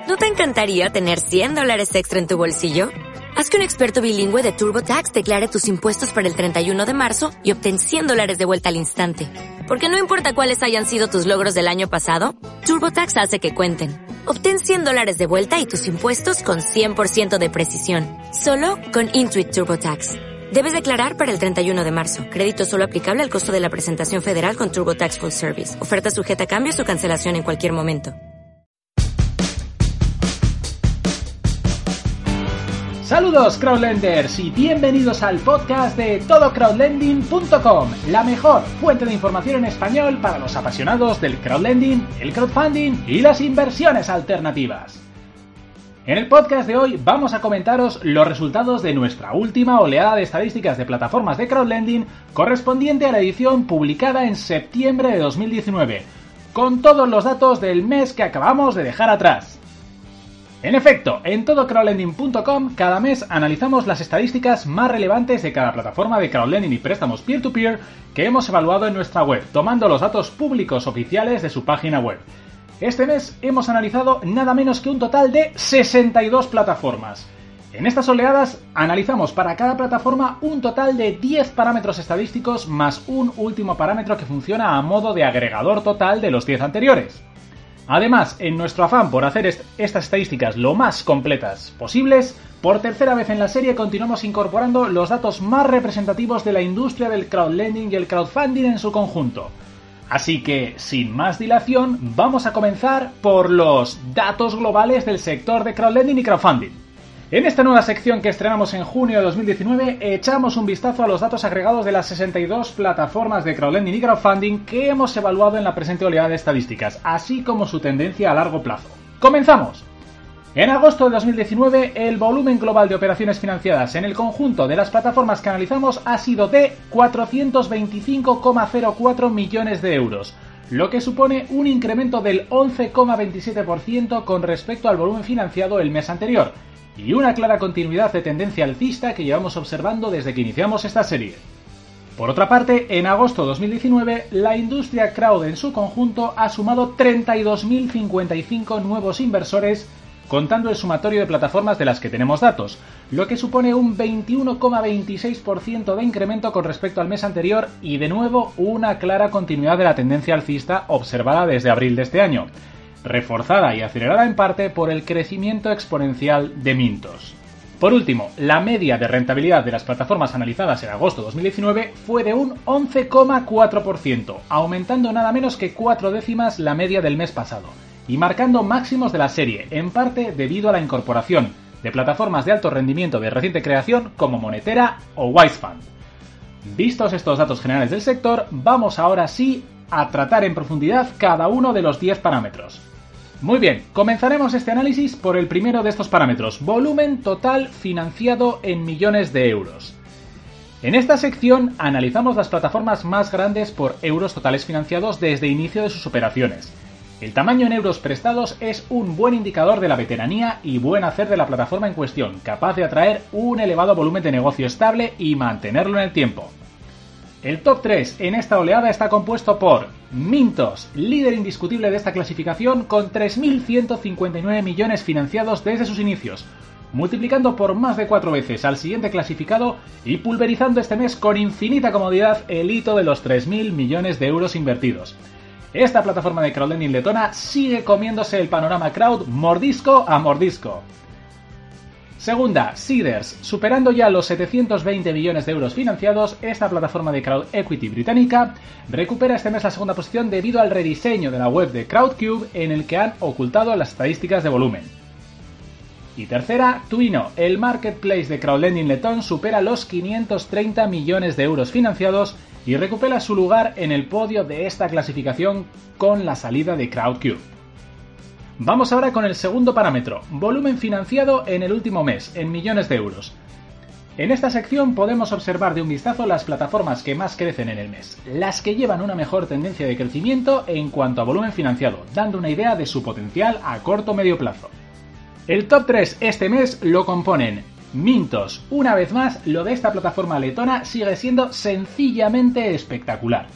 ¿No te encantaría tener $100 extra en tu bolsillo? Haz que un experto bilingüe de TurboTax declare tus impuestos para el 31 de marzo y obtén $100 de vuelta al instante. Porque no importa cuáles hayan sido tus logros del año pasado, TurboTax hace que cuenten. Obtén $100 de vuelta y tus impuestos con 100% de precisión. Solo con Intuit TurboTax. Debes declarar para el 31 de marzo. Crédito solo aplicable al costo de la presentación federal con TurboTax Full Service. Oferta sujeta a cambios o cancelación en cualquier momento. Saludos crowdlenders y bienvenidos al podcast de todocrowdlending.com, la mejor fuente de información en español para los apasionados del crowdlending, el crowdfunding y las inversiones alternativas. En el podcast de hoy vamos a comentaros los resultados de nuestra última oleada de estadísticas de plataformas de crowdlending correspondiente a la edición publicada en septiembre de 2019, con todos los datos del mes que acabamos de dejar atrás. En efecto, en todocrowdlending.com cada mes analizamos las estadísticas más relevantes de cada plataforma de crowdlending y préstamos peer-to-peer que hemos evaluado en nuestra web, tomando los datos públicos oficiales de su página web. Este mes hemos analizado nada menos que un total de 62 plataformas. En estas oleadas analizamos para cada plataforma un total de 10 parámetros estadísticos más un último parámetro que funciona a modo de agregador total de los 10 anteriores. Además, en nuestro afán por hacer estas estadísticas lo más completas posibles, por tercera vez en la serie continuamos incorporando los datos más representativos de la industria del crowdlending y el crowdfunding en su conjunto. Así que, sin más dilación, vamos a comenzar por los datos globales del sector de crowdlending y crowdfunding. En esta nueva sección que estrenamos en junio de 2019, echamos un vistazo a los datos agregados de las 62 plataformas de crowdlending y crowdfunding que hemos evaluado en la presente oleada de estadísticas, así como su tendencia a largo plazo. ¡Comenzamos! En agosto de 2019, el volumen global de operaciones financiadas en el conjunto de las plataformas que analizamos ha sido de 425,04 millones de euros, lo que supone un incremento del 11,27% con respecto al volumen financiado el mes anterior, y una clara continuidad de tendencia alcista que llevamos observando desde que iniciamos esta serie. Por otra parte, en agosto de 2019, la industria crowd en su conjunto ha sumado 32.055 nuevos inversores, contando el sumatorio de plataformas de las que tenemos datos, lo que supone un 21,26% de incremento con respecto al mes anterior y de nuevo una clara continuidad de la tendencia alcista observada desde abril de este año, reforzada y acelerada en parte por el crecimiento exponencial de Mintos. Por último, la media de rentabilidad de las plataformas analizadas en agosto de 2019 fue de un 11,4%, aumentando nada menos que 4 décimas la media del mes pasado, y marcando máximos de la serie, en parte debido a la incorporación de plataformas de alto rendimiento de reciente creación como Monetera o Wisefund. Vistos estos datos generales del sector, vamos ahora sí a tratar en profundidad cada uno de los 10 parámetros. Muy bien, comenzaremos este análisis por el primero de estos parámetros, volumen total financiado en millones de euros. En esta sección analizamos las plataformas más grandes por euros totales financiados desde inicio de sus operaciones. El tamaño en euros prestados es un buen indicador de la veteranía y buen hacer de la plataforma en cuestión, capaz de atraer un elevado volumen de negocio estable y mantenerlo en el tiempo. El top 3 en esta oleada está compuesto por Mintos, líder indiscutible de esta clasificación con 3.159 millones financiados desde sus inicios, multiplicando por más de 4 veces al siguiente clasificado y pulverizando este mes con infinita comodidad el hito de los 3.000 millones de euros invertidos. Esta plataforma de crowdlending letona sigue comiéndose el panorama crowd mordisco a mordisco. Segunda, Seedrs. Superando ya los 720 millones de euros financiados, esta plataforma de crowd equity británica recupera este mes la segunda posición debido al rediseño de la web de Crowdcube en el que han ocultado las estadísticas de volumen. Y tercera, Twino. El marketplace de crowdlending letón supera los 530 millones de euros financiados y recupera su lugar en el podio de esta clasificación con la salida de Crowdcube. Vamos ahora con el segundo parámetro, volumen financiado en el último mes, en millones de euros. En esta sección podemos observar de un vistazo las plataformas que más crecen en el mes, las que llevan una mejor tendencia de crecimiento en cuanto a volumen financiado, dando una idea de su potencial a corto o medio plazo. El top 3 este mes lo componen Mintos. Una vez más, lo de esta plataforma letona sigue siendo sencillamente espectacular.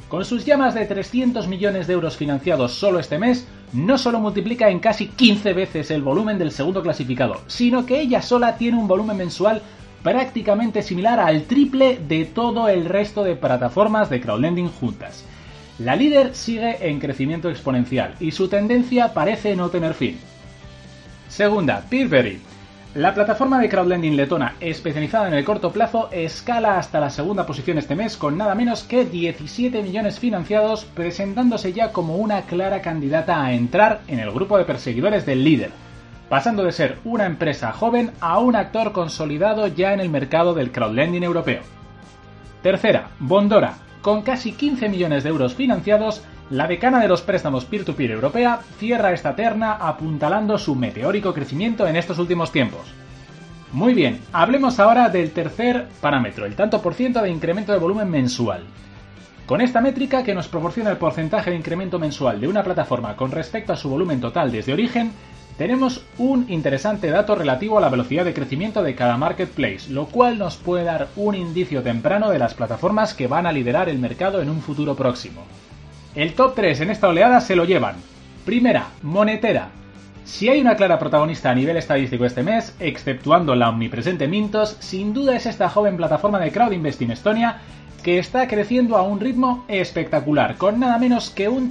Con sus ya más de 300 millones de euros financiados solo este mes, no solo multiplica en casi 15 veces el volumen del segundo clasificado, sino que ella sola tiene un volumen mensual prácticamente similar al triple de todo el resto de plataformas de crowdlending juntas. La líder sigue en crecimiento exponencial y su tendencia parece no tener fin. Segunda, Peerberry. La plataforma de crowdlending letona especializada en el corto plazo escala hasta la segunda posición este mes con nada menos que 17 millones financiados, presentándose ya como una clara candidata a entrar en el grupo de perseguidores del líder, pasando de ser una empresa joven a un actor consolidado ya en el mercado del crowdlending europeo. Tercera, Bondora. Con casi 15 millones de euros financiados, la decana de los préstamos peer-to-peer europea cierra esta terna apuntalando su meteórico crecimiento en estos últimos tiempos. Muy bien, hablemos ahora del tercer parámetro, el tanto por ciento de incremento de volumen mensual. Con esta métrica, que nos proporciona el porcentaje de incremento mensual de una plataforma con respecto a su volumen total desde origen, tenemos un interesante dato relativo a la velocidad de crecimiento de cada marketplace, lo cual nos puede dar un indicio temprano de las plataformas que van a liderar el mercado en un futuro próximo. El top 3 en esta oleada se lo llevan. Primera, Monetera. Si hay una clara protagonista a nivel estadístico este mes, exceptuando la omnipresente Mintos, sin duda es esta joven plataforma de crowd investing Estonia, que está creciendo a un ritmo espectacular, con nada menos que un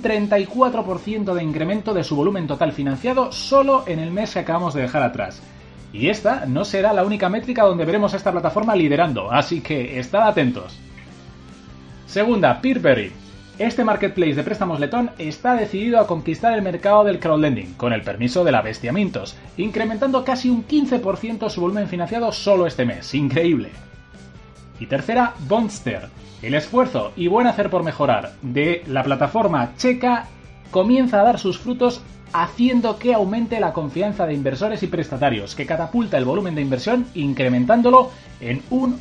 34% de incremento de su volumen total financiado solo en el mes que acabamos de dejar atrás. Y esta no será la única métrica donde veremos a esta plataforma liderando, así que estad atentos. Segunda, Peerberry. Este marketplace de préstamos letón está decidido a conquistar el mercado del crowdlending, con el permiso de la bestia Mintos, incrementando casi un 15% su volumen financiado solo este mes. ¡Increíble! Y tercera, Bondster. El esfuerzo y buen hacer por mejorar de la plataforma checa comienza a dar sus frutos, haciendo que aumente la confianza de inversores y prestatarios, que catapulta el volumen de inversión incrementándolo en un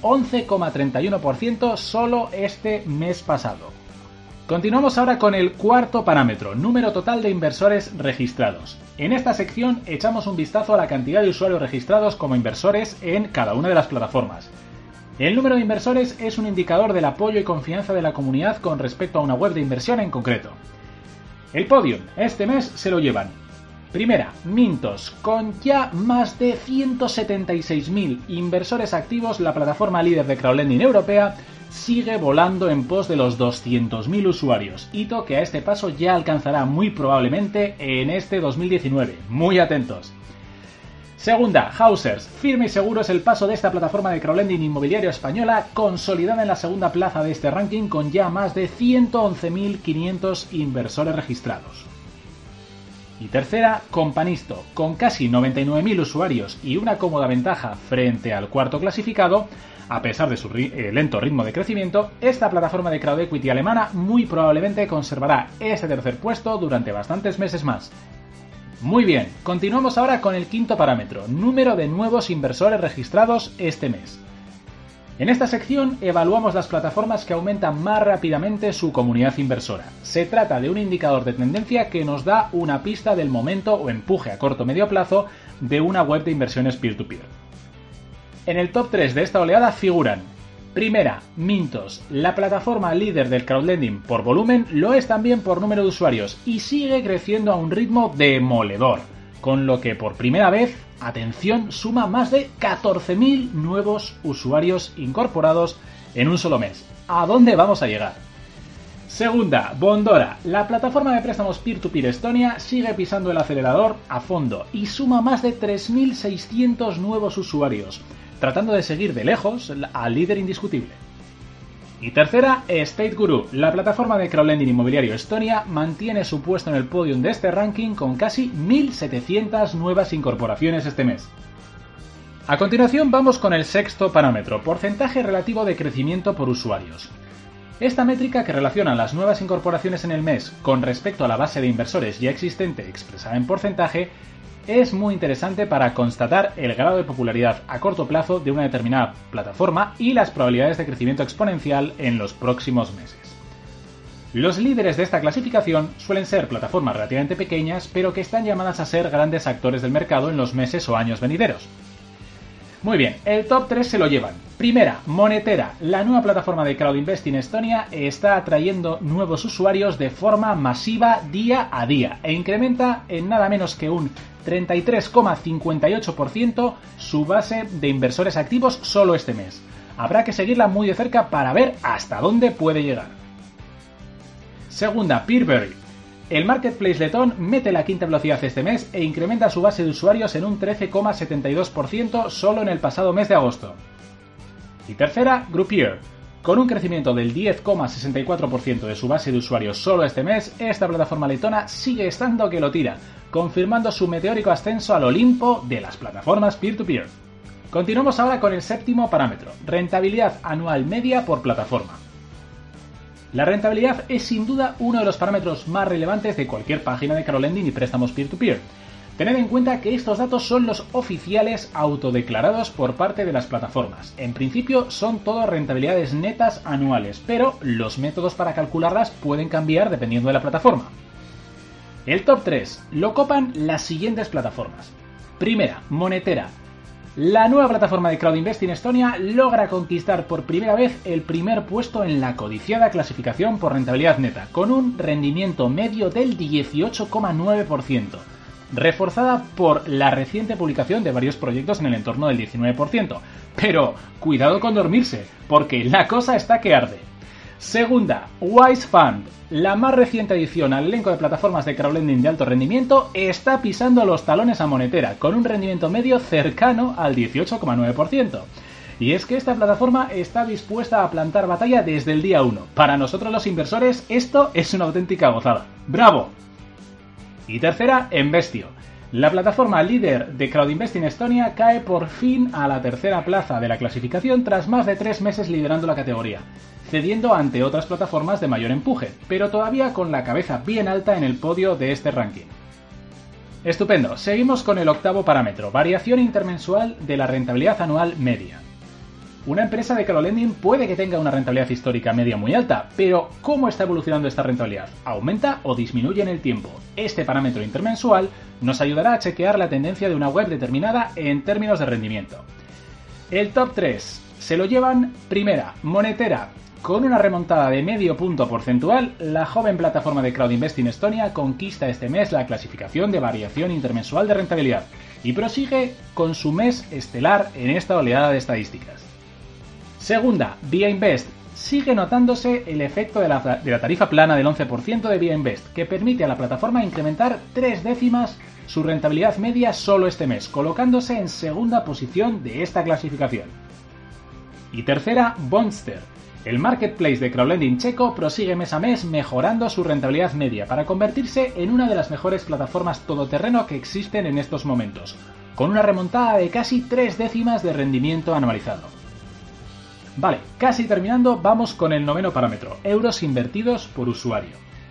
11,31% solo este mes pasado. Continuamos ahora con el cuarto parámetro, número total de inversores registrados. En esta sección echamos un vistazo a la cantidad de usuarios registrados como inversores en cada una de las plataformas. El número de inversores es un indicador del apoyo y confianza de la comunidad con respecto a una web de inversión en concreto. El podium este mes se lo llevan. Primera, Mintos. Con ya más de 176.000 inversores activos, la plataforma líder de crowdlending europea sigue volando en pos de los 200.000 usuarios, hito que a este paso ya alcanzará muy probablemente en este 2019. Muy atentos. Segunda, Hausers. Firme y seguro es el paso de esta plataforma de crowdlending inmobiliario española, consolidada en la segunda plaza de este ranking con ya más de 111.500 inversores registrados. Y tercera, Companisto. Con casi 99.000 usuarios y una cómoda ventaja frente al cuarto clasificado, a pesar de su lento ritmo de crecimiento, esta plataforma de crowd equity alemana muy probablemente conservará este tercer puesto durante bastantes meses más. Muy bien, continuamos ahora con el quinto parámetro, número de nuevos inversores registrados este mes. En esta sección evaluamos las plataformas que aumentan más rápidamente su comunidad inversora. Se trata de un indicador de tendencia que nos da una pista del momento o empuje a corto o medio plazo de una web de inversiones peer-to-peer. En el top 3 de esta oleada figuran: primera, Mintos. La plataforma líder del crowdlending por volumen lo es también por número de usuarios y sigue creciendo a un ritmo demoledor, con lo que por primera vez, atención, suma más de 14.000 nuevos usuarios incorporados en un solo mes. ¿A dónde vamos a llegar? Segunda, Bondora. La plataforma de préstamos peer-to-peer Estonia sigue pisando el acelerador a fondo y suma más de 3.600 nuevos usuarios, tratando de seguir de lejos al líder indiscutible. Y tercera, Estate Guru. La plataforma de crowdlending inmobiliario Estonia mantiene su puesto en el podium de este ranking con casi 1.700 nuevas incorporaciones este mes. A continuación vamos con el sexto parámetro, porcentaje relativo de crecimiento por usuarios. Esta métrica, que relaciona las nuevas incorporaciones en el mes con respecto a la base de inversores ya existente expresada en porcentaje, es muy interesante para constatar el grado de popularidad a corto plazo de una determinada plataforma y las probabilidades de crecimiento exponencial en los próximos meses. Los líderes de esta clasificación suelen ser plataformas relativamente pequeñas, pero que están llamadas a ser grandes actores del mercado en los meses o años venideros. Muy bien, el top 3 se lo llevan. Primera, Monetera, la nueva plataforma de crowd investing en Estonia, está atrayendo nuevos usuarios de forma masiva día a día e incrementa en nada menos que un 33,58% su base de inversores activos solo este mes. Habrá que seguirla muy de cerca para ver hasta dónde puede llegar. Segunda, Peerberry. El marketplace letón mete la quinta velocidad este mes e incrementa su base de usuarios en un 13,72% solo en el pasado mes de agosto. Y tercera, Groupier. Con un crecimiento del 10,64% de su base de usuarios solo este mes, esta plataforma letona sigue estando que lo tira, confirmando su meteórico ascenso al Olimpo de las plataformas peer-to-peer. Continuamos ahora con el séptimo parámetro, rentabilidad anual media por plataforma. La rentabilidad es sin duda uno de los parámetros más relevantes de cualquier página de crowdlending y préstamos peer-to-peer. Tened en cuenta que estos datos son los oficiales autodeclarados por parte de las plataformas. En principio son todas rentabilidades netas anuales, pero los métodos para calcularlas pueden cambiar dependiendo de la plataforma. El top 3 lo copan las siguientes plataformas. Primera, Monetera. La nueva plataforma de crowd investing en Estonia logra conquistar por primera vez el primer puesto en la codiciada clasificación por rentabilidad neta, con un rendimiento medio del 18,9%. Reforzada por la reciente publicación de varios proyectos en el entorno del 19%. Pero cuidado con dormirse, porque la cosa está que arde. Segunda, Wise Fund. La más reciente adición al elenco de plataformas de crowdlending de alto rendimiento está pisando los talones a Monetera, con un rendimiento medio cercano al 18,9%. Y es que esta plataforma está dispuesta a plantar batalla desde el día 1. Para nosotros los inversores esto es una auténtica gozada. ¡Bravo! Y tercera, Investio. La plataforma líder de crowd investing en Estonia cae por fin a la tercera plaza de la clasificación tras más de 3 meses liderando la categoría, cediendo ante otras plataformas de mayor empuje, pero todavía con la cabeza bien alta en el podio de este ranking. Estupendo, seguimos con el octavo parámetro, variación intermensual de la rentabilidad anual media. Una empresa de crowdlending puede que tenga una rentabilidad histórica media muy alta, pero ¿cómo está evolucionando esta rentabilidad? ¿Aumenta o disminuye en el tiempo? Este parámetro intermensual nos ayudará a chequear la tendencia de una web determinada en términos de rendimiento. El top 3 se lo llevan, primera, Monetera. Con una remontada de medio punto porcentual, la joven plataforma de crowd investing Estonia conquista este mes la clasificación de variación intermensual de rentabilidad y prosigue con su mes estelar en esta oleada de estadísticas. Segunda, Via Invest. Sigue notándose el efecto de la tarifa plana del 11% de Via Invest, que permite a la plataforma incrementar 3 décimas su rentabilidad media solo este mes, colocándose en segunda posición de esta clasificación. Y tercera, Bonster. El marketplace de crowdlending checo prosigue mes a mes mejorando su rentabilidad media para convertirse en una de las mejores plataformas todoterreno que existen en estos momentos, con una remontada de casi 3 décimas de rendimiento anualizado. Vale, casi terminando, vamos con el noveno parámetro, euros invertidos por usuario.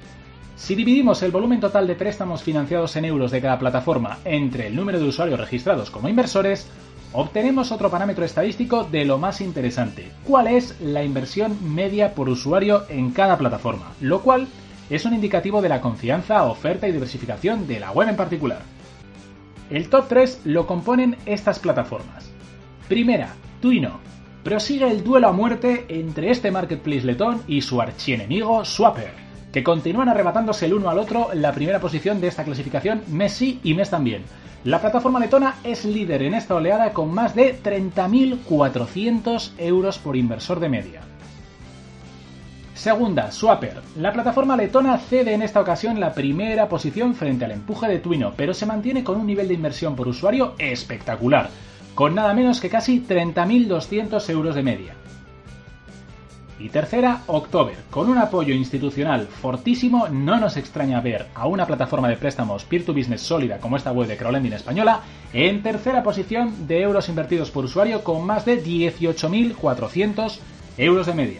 Si dividimos el volumen total de préstamos financiados en euros de cada plataforma entre el número de usuarios registrados como inversores, obtenemos otro parámetro estadístico de lo más interesante, ¿cuál es la inversión media por usuario en cada plataforma? Lo cual es un indicativo de la confianza, oferta y diversificación de la web en particular. El top 3 lo componen estas plataformas. Primera, Twino. Prosigue el duelo a muerte entre este marketplace letón y su archienemigo Swapper, que continúan arrebatándose el uno al otro la primera posición de esta clasificación mes sí y mes también. La plataforma letona es líder en esta oleada con más de 30.400 euros por inversor de media. Segunda, Swapper. La plataforma letona cede en esta ocasión la primera posición frente al empuje de Twino, pero se mantiene con un nivel de inversión por usuario espectacular, con nada menos que casi 30.200 euros de media. Y tercera, October. Con un apoyo institucional fortísimo, no nos extraña ver a una plataforma de préstamos peer-to-business sólida como esta web de crowdlending española en tercera posición de euros invertidos por usuario con más de 18.400 euros de media.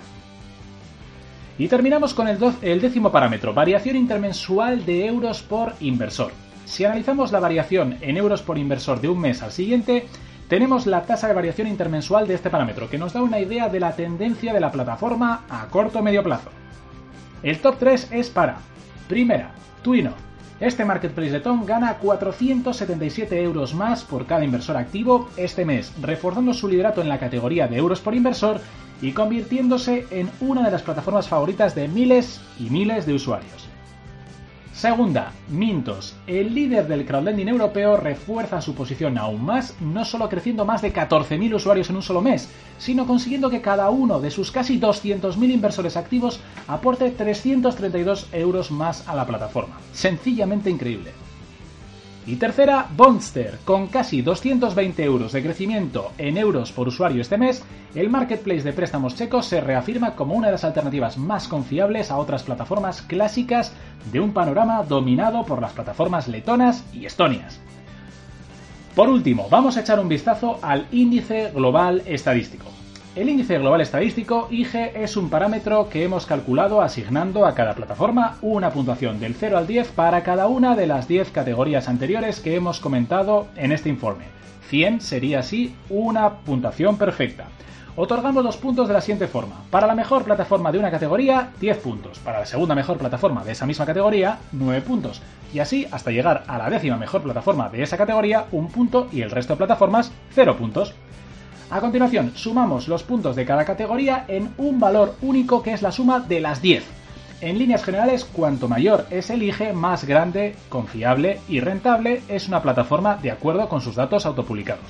Y terminamos con el décimo parámetro, variación intermensual de euros por inversor. Si analizamos la variación en euros por inversor de un mes al siguiente, tenemos la tasa de variación intermensual de este parámetro, que nos da una idea de la tendencia de la plataforma a corto o medio plazo. El top 3 es para, primera, Twino. Este Marketplace letón gana 477 euros más por cada inversor activo este mes, reforzando su liderato en la categoría de euros por inversor y convirtiéndose en una de las plataformas favoritas de miles y miles de usuarios. Segunda, Mintos. El líder del crowdlending europeo refuerza su posición aún más, no solo creciendo más de 14.000 usuarios en un solo mes, sino consiguiendo que cada uno de sus casi 200.000 inversores activos aporte 332 euros más a la plataforma. Sencillamente increíble. Y tercera, Bonster. Con casi 220 euros de crecimiento en euros por usuario este mes, el marketplace de préstamos checo se reafirma como una de las alternativas más confiables a otras plataformas clásicas de un panorama dominado por las plataformas letonas y estonias. Por último, vamos a echar un vistazo al índice global estadístico. El índice global estadístico, IG, es un parámetro que hemos calculado asignando a cada plataforma una puntuación del 0 al 10 para cada una de las 10 categorías anteriores que hemos comentado en este informe. 100 sería así una puntuación perfecta. Otorgamos los puntos de la siguiente forma. Para la mejor plataforma de una categoría, 10 puntos. Para la segunda mejor plataforma de esa misma categoría, 9 puntos. Y así hasta llegar a la 10ª mejor plataforma de esa categoría, 1 punto y el resto de plataformas, 0 puntos. A continuación, sumamos los puntos de cada categoría en un valor único que es la suma de las 10. En líneas generales, cuanto mayor es el IG, más grande, confiable y rentable es una plataforma de acuerdo con sus datos autopublicados.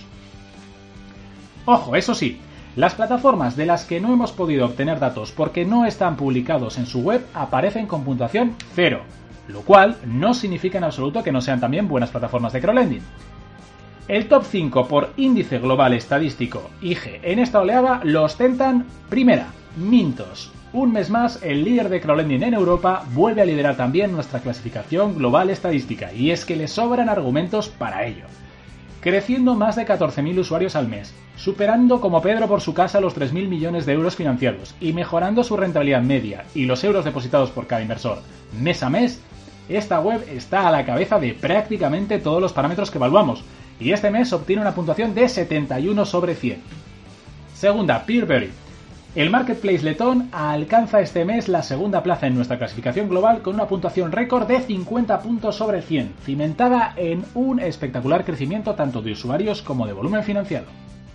Ojo, eso sí, las plataformas de las que no hemos podido obtener datos porque no están publicados en su web aparecen con puntuación 0, lo cual no significa en absoluto que no sean también buenas plataformas de crowdlending. El top 5 por índice global estadístico IG en esta oleada lo ostentan: primera, Mintos. Un mes más, el líder de crowdlending en Europa vuelve a liderar también nuestra clasificación global estadística, y es que le sobran argumentos para ello. Creciendo más de 14.000 usuarios al mes, superando como Pedro por su casa los 3.000 millones de euros financiados y mejorando su rentabilidad media y los euros depositados por cada inversor mes a mes, esta web está a la cabeza de prácticamente todos los parámetros que evaluamos, y este mes obtiene una puntuación de 71 sobre 100. Segunda, Peerberry. El marketplace letón alcanza este mes la segunda plaza en nuestra clasificación global con una puntuación récord de 50 puntos sobre 100, cimentada en un espectacular crecimiento tanto de usuarios como de volumen financiado.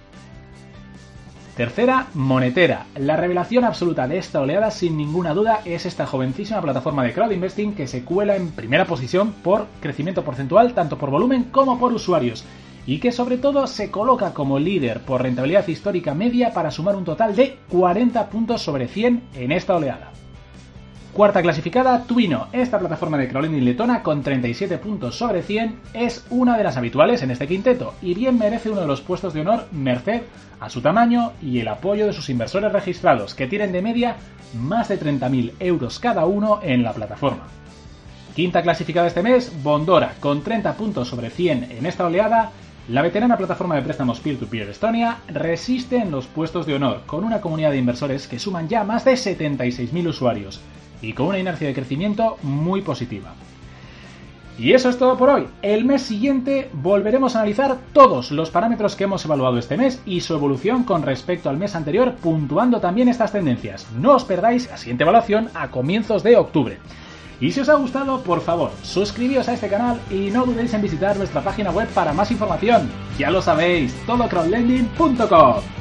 Tercera, Monetera. La revelación absoluta de esta oleada, sin ninguna duda, es esta jovencísima plataforma de crowd investing que se cuela en primera posición por crecimiento porcentual, tanto por volumen como por usuarios, y que sobre todo se coloca como líder por rentabilidad histórica media para sumar un total de 40 puntos sobre 100 en esta oleada. Cuarta clasificada, Twino. Esta plataforma de crowdlending letona con 37 puntos sobre 100 es una de las habituales en este quinteto y bien merece uno de los puestos de honor merced a su tamaño y el apoyo de sus inversores registrados, que tienen de media más de 30.000 euros cada uno en la plataforma. Quinta clasificada este mes, Bondora. Con 30 puntos sobre 100 en esta oleada, la veterana plataforma de préstamos peer-to-peer de Estonia resiste en los puestos de honor, con una comunidad de inversores que suman ya más de 76.000 usuarios y con una inercia de crecimiento muy positiva. Y eso es todo por hoy. El mes siguiente volveremos a analizar todos los parámetros que hemos evaluado este mes y su evolución con respecto al mes anterior, puntuando también estas tendencias. No os perdáis la siguiente evaluación a comienzos de octubre. Y si os ha gustado, por favor, suscribíos a este canal y no dudéis en visitar nuestra página web para más información. Ya lo sabéis, todocrowdlending.com.